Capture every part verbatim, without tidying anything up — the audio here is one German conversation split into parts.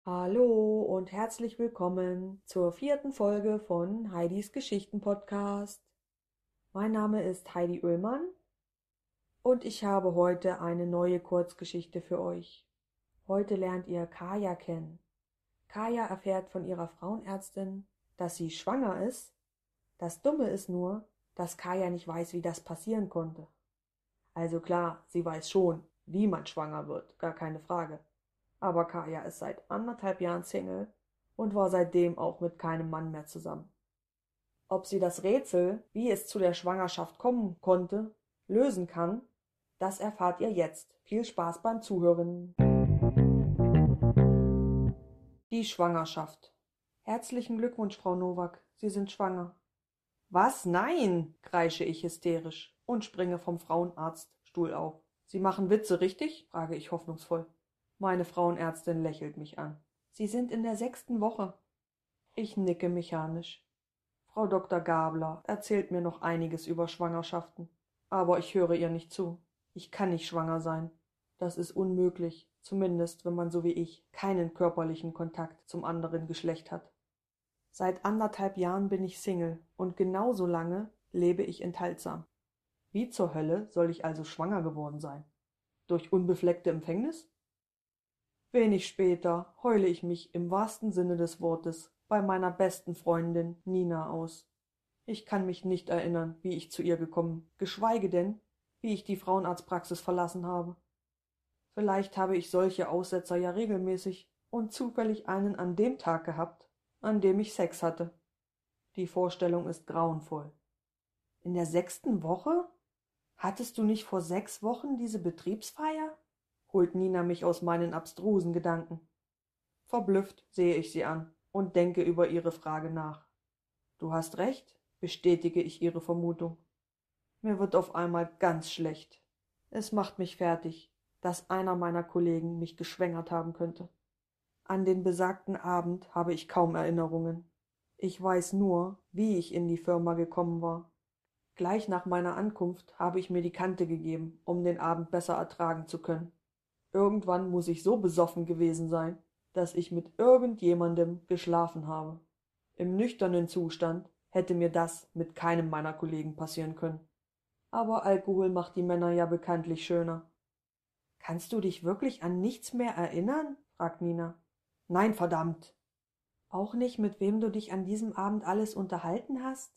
Hallo und herzlich willkommen zur vierten Folge von Heidis Geschichten-Podcast. Mein Name ist Heidi Oehlmann und ich habe heute eine neue Kurzgeschichte für euch. Heute lernt ihr Kaja kennen. Kaja erfährt von ihrer Frauenärztin, dass sie schwanger ist. Das Dumme ist nur, dass Kaja nicht weiß, wie das passieren konnte. Also klar, sie weiß schon, wie man schwanger wird, gar keine Frage. Aber Kaja ist seit anderthalb Jahren Single und war seitdem auch mit keinem Mann mehr zusammen. Ob sie das Rätsel, wie es zu der Schwangerschaft kommen konnte, lösen kann, das erfahrt ihr jetzt. Viel Spaß beim Zuhören. Die Schwangerschaft. Herzlichen Glückwunsch, Frau Nowak, Sie sind schwanger. Was? Nein, kreische ich hysterisch und springe vom Frauenarztstuhl auf. Sie machen Witze, richtig? Frage ich hoffnungsvoll. Meine Frauenärztin lächelt mich an. Sie sind in der sechsten Woche. Ich nicke mechanisch. Frau Doktor Gabler erzählt mir noch einiges über Schwangerschaften, aber ich höre ihr nicht zu. Ich kann nicht schwanger sein. Das ist unmöglich, zumindest wenn man so wie ich keinen körperlichen Kontakt zum anderen Geschlecht hat. Seit anderthalb Jahren bin ich Single und genauso lange lebe ich enthaltsam. Wie zur Hölle soll ich also schwanger geworden sein? Durch unbefleckte Empfängnis? Wenig später heule ich mich im wahrsten Sinne des Wortes bei meiner besten Freundin Nina aus. Ich kann mich nicht erinnern, wie ich zu ihr gekommen, geschweige denn, wie ich die Frauenarztpraxis verlassen habe. Vielleicht habe ich solche Aussetzer ja regelmäßig und zufällig einen an dem Tag gehabt, an dem ich Sex hatte. Die Vorstellung ist grauenvoll. In der sechsten Woche? Hattest du nicht vor sechs Wochen diese Betriebsfeier? Holt Nina mich aus meinen abstrusen Gedanken. Verblüfft sehe ich sie an und denke über ihre Frage nach. Du hast recht, bestätige ich ihre Vermutung. Mir wird auf einmal ganz schlecht. Es macht mich fertig, dass einer meiner Kollegen mich geschwängert haben könnte. An den besagten Abend habe ich kaum Erinnerungen. Ich weiß nur, wie ich in die Firma gekommen war. Gleich nach meiner Ankunft habe ich mir die Kante gegeben, um den Abend besser ertragen zu können. Irgendwann muss ich so besoffen gewesen sein, dass ich mit irgendjemandem geschlafen habe. Im nüchternen Zustand hätte mir das mit keinem meiner Kollegen passieren können. Aber Alkohol macht die Männer ja bekanntlich schöner. »Kannst du dich wirklich an nichts mehr erinnern?« fragt Nina. »Nein, verdammt!« »Auch nicht, mit wem du dich an diesem Abend alles unterhalten hast?«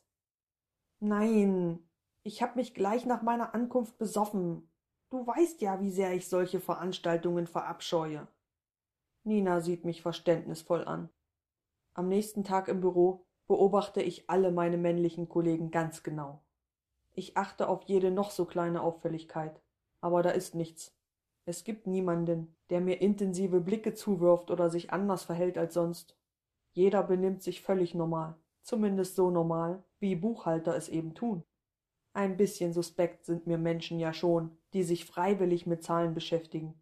»Nein, ich hab mich gleich nach meiner Ankunft besoffen. Du weißt ja, wie sehr ich solche Veranstaltungen verabscheue.« Nina sieht mich verständnisvoll an. Am nächsten Tag im Büro beobachte ich alle meine männlichen Kollegen ganz genau. Ich achte auf jede noch so kleine Auffälligkeit, aber da ist nichts. Es gibt niemanden, der mir intensive Blicke zuwirft oder sich anders verhält als sonst. Jeder benimmt sich völlig normal, zumindest so normal, wie Buchhalter es eben tun. Ein bisschen suspekt sind mir Menschen ja schon, die sich freiwillig mit Zahlen beschäftigen.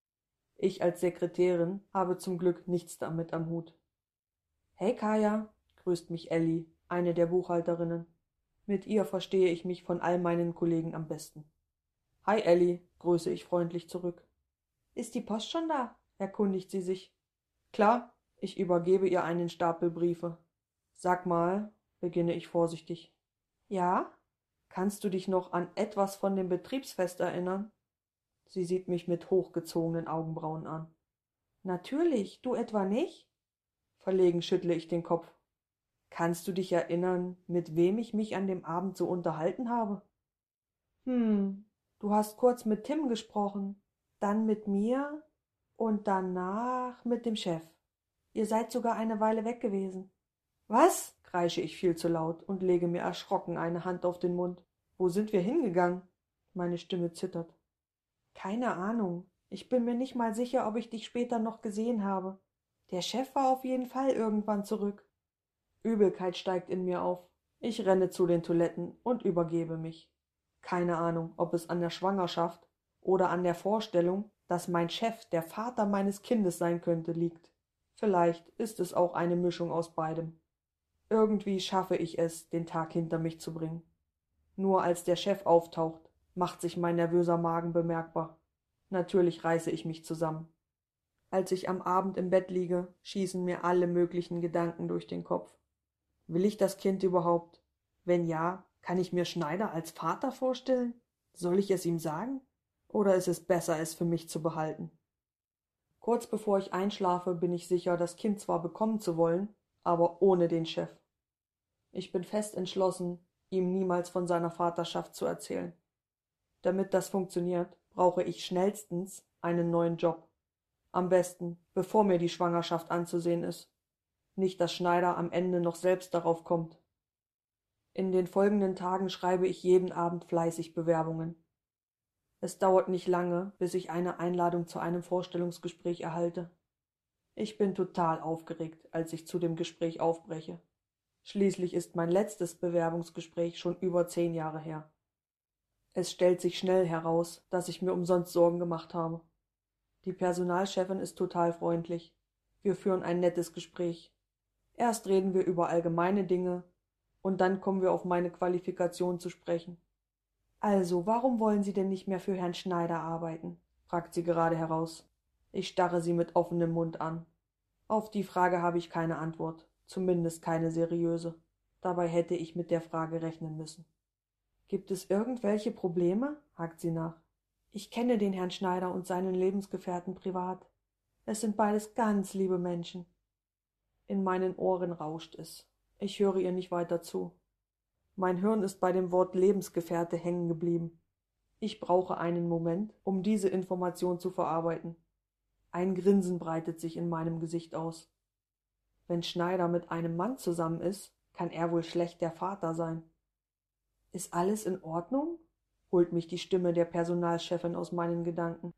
Ich als Sekretärin habe zum Glück nichts damit am Hut. »Hey Kaja«, grüßt mich Elli, eine der Buchhalterinnen. Mit ihr verstehe ich mich von all meinen Kollegen am besten. »Hi Elli«, grüße ich freundlich zurück. »Ist die Post schon da?« erkundigt sie sich. »Klar«, ich übergebe ihr einen Stapel Briefe. »Sag mal«, beginne ich vorsichtig. »Ja? Kannst du dich noch an etwas von dem Betriebsfest erinnern?« Sie sieht mich mit hochgezogenen Augenbrauen an. »Natürlich, du etwa nicht?« Verlegen schüttle ich den Kopf. »Kannst du dich erinnern, mit wem ich mich an dem Abend so unterhalten habe?« »Hm, du hast kurz mit Tim gesprochen, dann mit mir und danach mit dem Chef. Ihr seid sogar eine Weile weg gewesen.« »Was?« kreische ich viel zu laut und lege mir erschrocken eine Hand auf den Mund. »Wo sind wir hingegangen?« Meine Stimme zittert. »Keine Ahnung. Ich bin mir nicht mal sicher, ob ich dich später noch gesehen habe. Der Chef war auf jeden Fall irgendwann zurück.« Übelkeit steigt in mir auf. Ich renne zu den Toiletten und übergebe mich. Keine Ahnung, ob es an der Schwangerschaft oder an der Vorstellung, dass mein Chef der Vater meines Kindes sein könnte, liegt. Vielleicht ist es auch eine Mischung aus beidem. Irgendwie schaffe ich es, den Tag hinter mich zu bringen. Nur als der Chef auftaucht, macht sich mein nervöser Magen bemerkbar. Natürlich reiße ich mich zusammen. Als ich am Abend im Bett liege, schießen mir alle möglichen Gedanken durch den Kopf. Will ich das Kind überhaupt? Wenn ja, kann ich mir Schneider als Vater vorstellen? Soll ich es ihm sagen? Oder ist es besser, es für mich zu behalten? Kurz bevor ich einschlafe, bin ich sicher, das Kind zwar bekommen zu wollen, aber ohne den Chef. Ich bin fest entschlossen, ihm niemals von seiner Vaterschaft zu erzählen. Damit das funktioniert, brauche ich schnellstens einen neuen Job. Am besten, bevor mir die Schwangerschaft anzusehen ist. Nicht, dass Schneider am Ende noch selbst darauf kommt. In den folgenden Tagen schreibe ich jeden Abend fleißig Bewerbungen. Es dauert nicht lange, bis ich eine Einladung zu einem Vorstellungsgespräch erhalte. Ich bin total aufgeregt, als ich zu dem Gespräch aufbreche. Schließlich ist mein letztes Bewerbungsgespräch schon über zehn Jahre her. Es stellt sich schnell heraus, dass ich mir umsonst Sorgen gemacht habe. Die Personalchefin ist total freundlich. Wir führen ein nettes Gespräch. Erst reden wir über allgemeine Dinge und dann kommen wir auf meine Qualifikation zu sprechen. Also, warum wollen Sie denn nicht mehr für Herrn Schneider arbeiten? Fragt sie gerade heraus. Ich starre sie mit offenem Mund an. Auf die Frage habe ich keine Antwort, zumindest keine seriöse. Dabei hätte ich mit der Frage rechnen müssen. Gibt es irgendwelche Probleme? Hakt sie nach. Ich kenne den Herrn Schneider und seinen Lebensgefährten privat. Es sind beides ganz liebe Menschen. In meinen Ohren rauscht es. Ich höre ihr nicht weiter zu. Mein Hirn ist bei dem Wort Lebensgefährte hängen geblieben. Ich brauche einen Moment, um diese Information zu verarbeiten. Ein Grinsen breitet sich in meinem Gesicht aus. Wenn Schneider mit einem Mann zusammen ist, kann er wohl schlecht der Vater sein. Ist alles in Ordnung? Holt mich die Stimme der Personalchefin aus meinen Gedanken.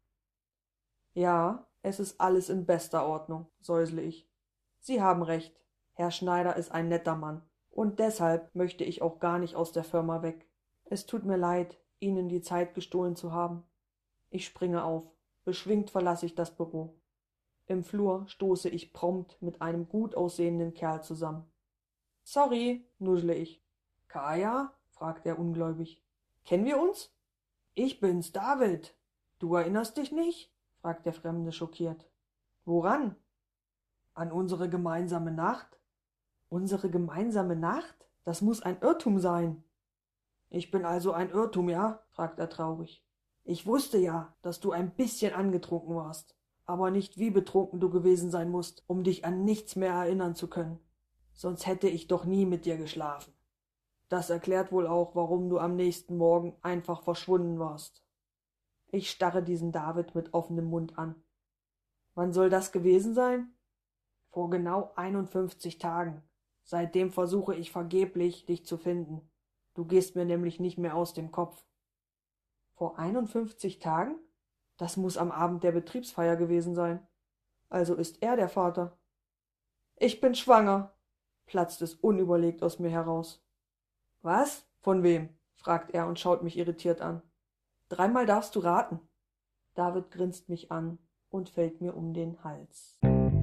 Ja, es ist alles in bester Ordnung, säusle ich. Sie haben recht. Herr Schneider ist ein netter Mann. Und deshalb möchte ich auch gar nicht aus der Firma weg. Es tut mir leid, Ihnen die Zeit gestohlen zu haben. Ich springe auf. Beschwingt verlasse ich das Büro. Im Flur stoße ich prompt mit einem gut aussehenden Kerl zusammen. Sorry, nuschle ich. Kaya? Fragt er ungläubig. Kennen wir uns? Ich bin's, David. Du erinnerst dich nicht? Fragt der Fremde schockiert. Woran? An unsere gemeinsame Nacht? Unsere gemeinsame Nacht? Das muss ein Irrtum sein. Ich bin also ein Irrtum, ja? Fragt er traurig. Ich wusste ja, dass du ein bisschen angetrunken warst, aber nicht wie betrunken du gewesen sein musst, um dich an nichts mehr erinnern zu können. Sonst hätte ich doch nie mit dir geschlafen. Das erklärt wohl auch, warum du am nächsten Morgen einfach verschwunden warst. Ich starre diesen David mit offenem Mund an. Wann soll das gewesen sein? Vor genau einundfünfzig Tagen. Seitdem versuche ich vergeblich, dich zu finden. Du gehst mir nämlich nicht mehr aus dem Kopf. Vor einundfünfzig Tagen? Das muss am Abend der Betriebsfeier gewesen sein. Also ist er der Vater. Ich bin schwanger, platzt es unüberlegt aus mir heraus. Was? Von wem? Fragt er und schaut mich irritiert an. Dreimal darfst du raten. David grinst mich an und fällt mir um den Hals.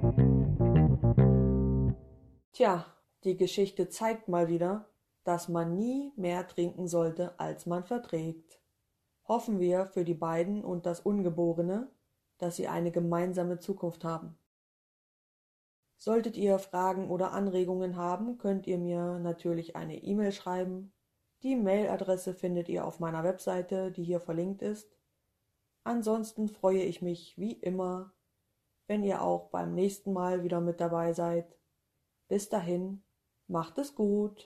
Tja, die Geschichte zeigt mal wieder, dass man nie mehr trinken sollte, als man verträgt. Hoffen wir für die beiden und das Ungeborene, dass sie eine gemeinsame Zukunft haben. Solltet ihr Fragen oder Anregungen haben, könnt ihr mir natürlich eine E-Mail schreiben. Die Mailadresse findet ihr auf meiner Webseite, die hier verlinkt ist. Ansonsten freue ich mich wie immer, wenn ihr auch beim nächsten Mal wieder mit dabei seid. Bis dahin, macht es gut!